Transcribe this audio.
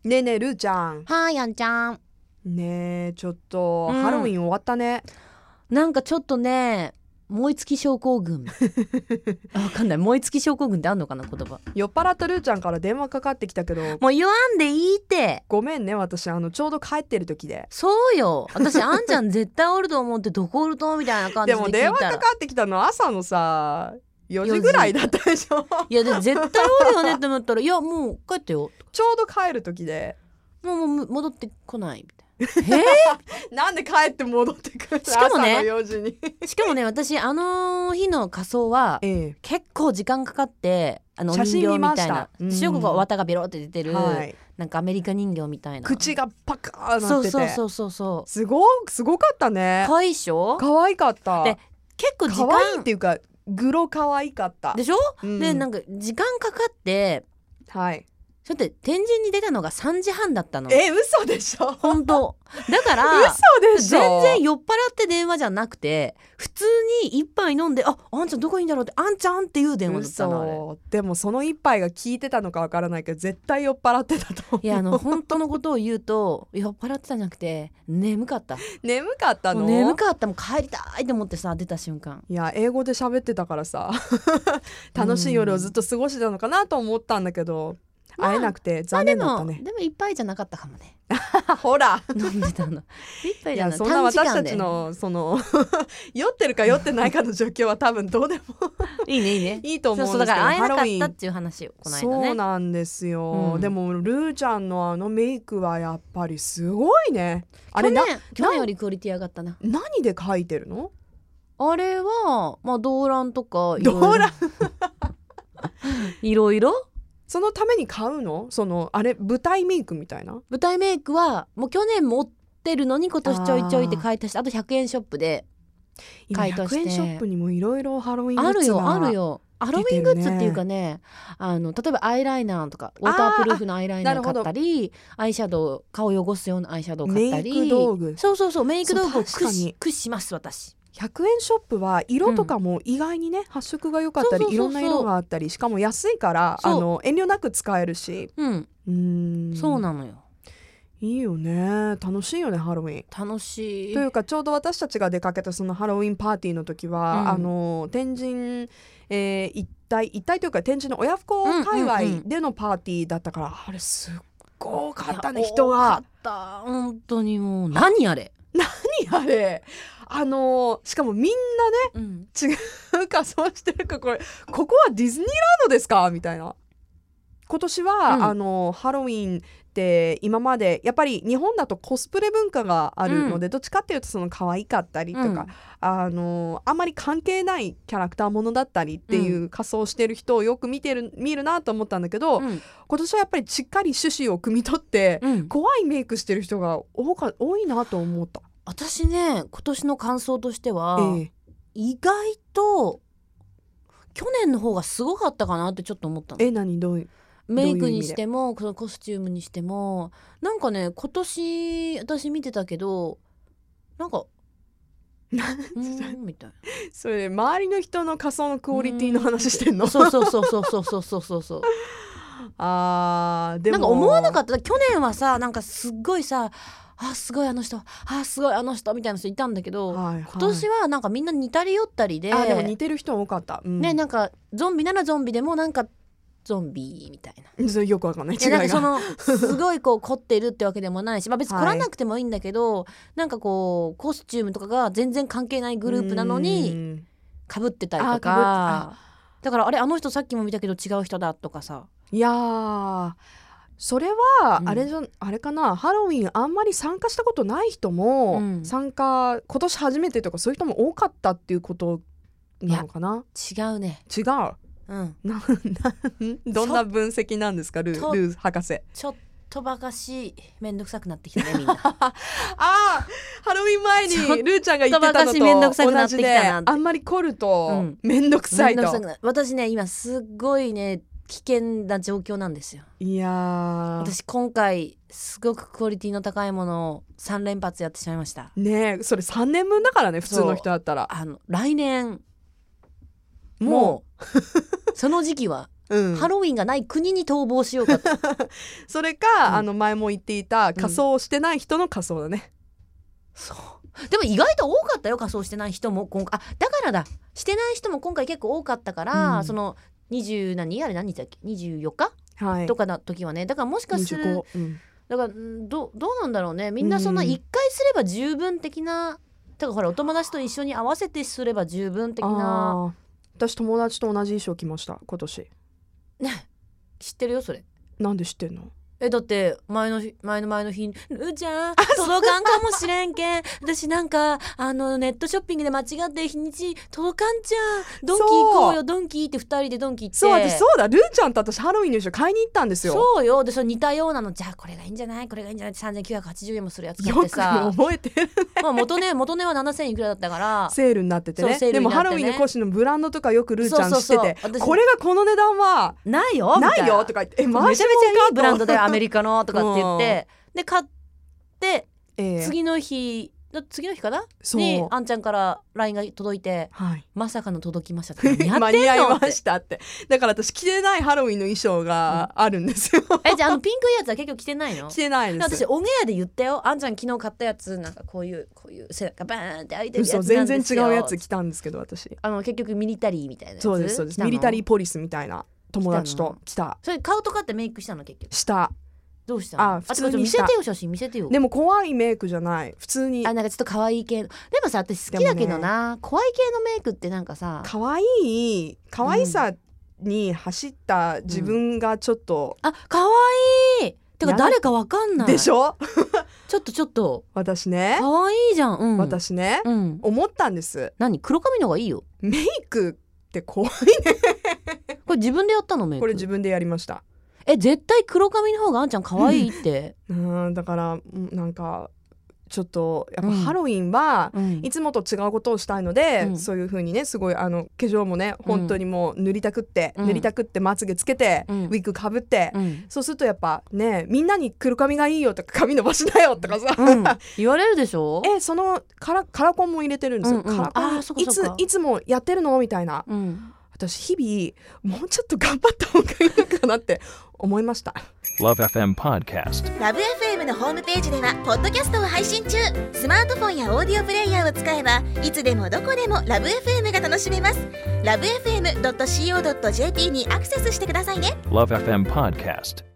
ねえねえルーちゃん。 はーい、やんちゃん。 ねえちょっと、ハロウィン終わったね。 なんかちょっとね、燃え尽き症候群わかんない。燃え尽き症候群ってあんのかな、言葉。 酔っ払ったルーちゃんから電話かかってきたけど、 もう言わんでいいって。 ごめんね、私ちょうど帰ってる時で。 そうよ、私あんちゃん絶対おると思ってどこおるとみたいな感じでもで聞いたら。 電話かかってきたの朝のさ4時ぐらいだったでしょ。 いやで絶対おるよねって思ったら、いやもう帰ってよ、 ちょうど帰る時で、 もう戻ってこないみたいなんで帰って戻ってくるの、 しかもね朝の4時にな。しかもね、私日の仮装は結構時間かかって、 写真見ました。 人形みたいな、中国は綿がベロって出てる、 はい、 なんかアメリカ人形みたいな、 口がパカーなってて、 そうすごかったね。 可愛いっしょ。 可愛かった。 で結構時間可愛いっていうかグロ可愛かったでしょ、でなんか時間かかって、 はい、 それって天神に出たのが3時半だったの。 嘘でしょ。 本当だから嘘でしょ。 全然酔っ払って電話じゃなくて、普通に一杯飲んで、あんちゃんどこいいんだろうって、あんちゃんっていう電話だったの。あれでもその一杯が効いてたのかわからないけど、絶対酔っ払ってたと思う。 いや本当のことを言うと酔っ払ってたんじゃなくて眠かった。 眠かったの？ 眠かった。もう帰りたいと思ってさ、出た瞬間。 いや英語で喋ってたからさ楽しい夜をずっと過ごしてたのかなと思ったんだけど、会えなくて残念だったね。 でも一杯じゃなかったかもねほら飲んでたの一杯じゃない。 そんな私たちの酔ってるか酔ってないかの状況は多分どうでもいいねいいねいいと思うんですけど、 そうだから会えなかったっていう話をこの間ね。 そうなんですよ、でもルーちゃんのメイクはやっぱりすごいね。あれ去年よりクオリティ上がったな。 何で描いてるの？ あれは動乱とか動乱いろいろそのために買うの？あれ舞台メイクみたいな。 舞台メイクはもう去年持ってるのに今年ちょいちょいって買い足して、あと100円ショップで買い足して。 100円ショップにもいろいろハロウィングッズがあるよ。ハロウィングッズっていうかね、例えばアイライナーとかウォータープルーフのアイライナー買ったり、アイシャドウ、顔汚すようなアイシャドウ買ったり、 メイク道具。 そうメイク道具を駆使します私。 100円ショップは色とかも意外にね、発色が良かったり、いろんな色があったり、しかも安いから遠慮なく使えるし、 そうなのよ。 いいよね。楽しいよねハロウィン。 楽しい。 というかちょうど私たちが出かけたそのハロウィンパーティーの時は、天神、一帯というか天神の親不孝界隈でのパーティーだったから、あれすっごかったね、人が。 多かった本当に。もう何あれしかもみんなね、違う仮装してるか、ここはディズニーランドですかみたいな。今年は、ハロウィンって今までやっぱり日本だとコスプレ文化があるので、どっちかっていうと可愛かったりとか、あんまり関係ないキャラクターものだったりっていう仮装してる人をよく見るなと思ったんだけど、今年はやっぱりしっかり趣旨を汲み取って、怖いメイクしてる人が多いなと思った。 私ね、今年の感想としては、意外と去年の方がすごかったかなってちょっと思ったの。 何どういうメイクにしてもそのコスチュームにしても、なんかね、今年私見てたけどなんかみたいな。 それ周りの人の仮装のクオリティの話してんの？ そうでもなんか思わなかった。去年はさ、なんかすっごいさ、すごいあの人、すごいあの人みたいな人いたんだけど、今年はなんかみんな似たり寄ったりで、 でも似てる人多かった、 なんかゾンビならゾンビでもなんかゾンビみたいな。 それよくわかんない違いが。 なんかすごい凝ってるってわけでもないし、別に凝らなくてもいいんだけど、なんかコスチュームとかが全然関係ないグループなのに被ってたりとか、だからあの人さっきも見たけど違う人だとかさ。 いやそれはあれかな、ハロウィンあんまり参加したことない人も、今年初めてとかそういう人も多かったっていうことなのかな。 違うね。 違う。どんな分析なんですかルー博士。 ちょっとばかしめんどくさくなってきたねみんなハロウィン前にルーちゃんが言ってたのと同じで、あんまり凝るとめんどくさいと。 私ね、今すっごいね危険な状況なんですよ。 いや私今回すごくクオリティの高いものを3連発やってしまいましたね。それ3年分だからね、普通の人だったら。 来年もうその時期はハロウィンがない国に逃亡しようかとそれか、前も言っていた仮装してない人の仮装だね、 そうでも意外と多かったよ、仮装してない人も今回。だからだ、してない人も今回結構多かったから、その20何日だっけ、24日、はい、とかの時はね。だからもしかする、だからどうなんだろうね。みんなそんな1回すれば十分的な、だからほらお友達と一緒に合わせてすれば十分的な。 私友達と同じ衣装着ました今年。 ね、知ってるよそれ。 なんで知ってんの？ だって前の日ルーちゃん届かんかもしれんけん私なんかネットショッピングで間違って日にち届かんじゃん、ドンキ行こうよドンキって2人でドンキ行って、 そうだルーちゃんと私ハロウィンの衣装買いに行ったんですよ。 そうよ。でそれ似たようなの、じゃあこれがいいんじゃないって3980円もするやつ買ってさ、 よく覚えてるねまあ元値は7000いくらだったからセールになっててね。でもハロウィンのコーシのブランドとかよくルーちゃん知ってて、これがこの値段はないよとか言って、 めちゃめちゃいいブランドでアメリカのとかって言ってで買って、次の日かなにあんちゃんから LINE が届いて、まさかの届きましたって間に合いましたって。だから私着てないハロウィンの衣装があるんですよ、 じゃあピンクいやつは結局着てないの？ 着てないです。 私オンエアで言ったよ、あんちゃん昨日買ったやつなんかこういう背中バーンって開いてるやつなんですよ。 全然違うやつ着たんですけど私結局ミリタリーみたいなやつ。 そうですミリタリーポリスみたいな友達と着た。 それ顔とかってメイクしたの？結局したどうしたの？ 普通にした。 見せてよ、写真見せてよ。 でも怖いメイクじゃない、普通になんかちょっと可愛い系の。でもさ私好きだけどな、怖い系のメイクってなんかさ可愛さに走った自分がちょっと、 可愛いてか誰かわかんないでしょちょっと私ね可愛いじゃん、 私ね、思ったんです。 何？黒髪の方がいいよ。 メイクって怖いねこれ自分でやったの？メイクこれ自分でやりました。 絶対黒髪の方があんちゃん可愛いってだからなんかちょっとやっぱハロウィンはいつもと違うことをしたいので、そういう風にねすごい化粧もね本当にもう塗りたくってまつげつけて、ウィッグかぶって、そうするとやっぱねみんなに黒髪がいいよとか髪伸ばしなよとかさ、 言われるでしょ。 そのカラコンも入れてるんですよ。カラコンいつもやってるのみたいな。私日々もうちょっと頑張った方がいいのかなって思いました。 LoveFM Podcast。 LoveFM のホームページではポッドキャストを配信中。スマートフォンやオーディオプレイヤーを使えばいつでもどこでも LoveFM が楽しめます。 LoveFM.co.jp にアクセスしてくださいね。 LoveFM Podcast。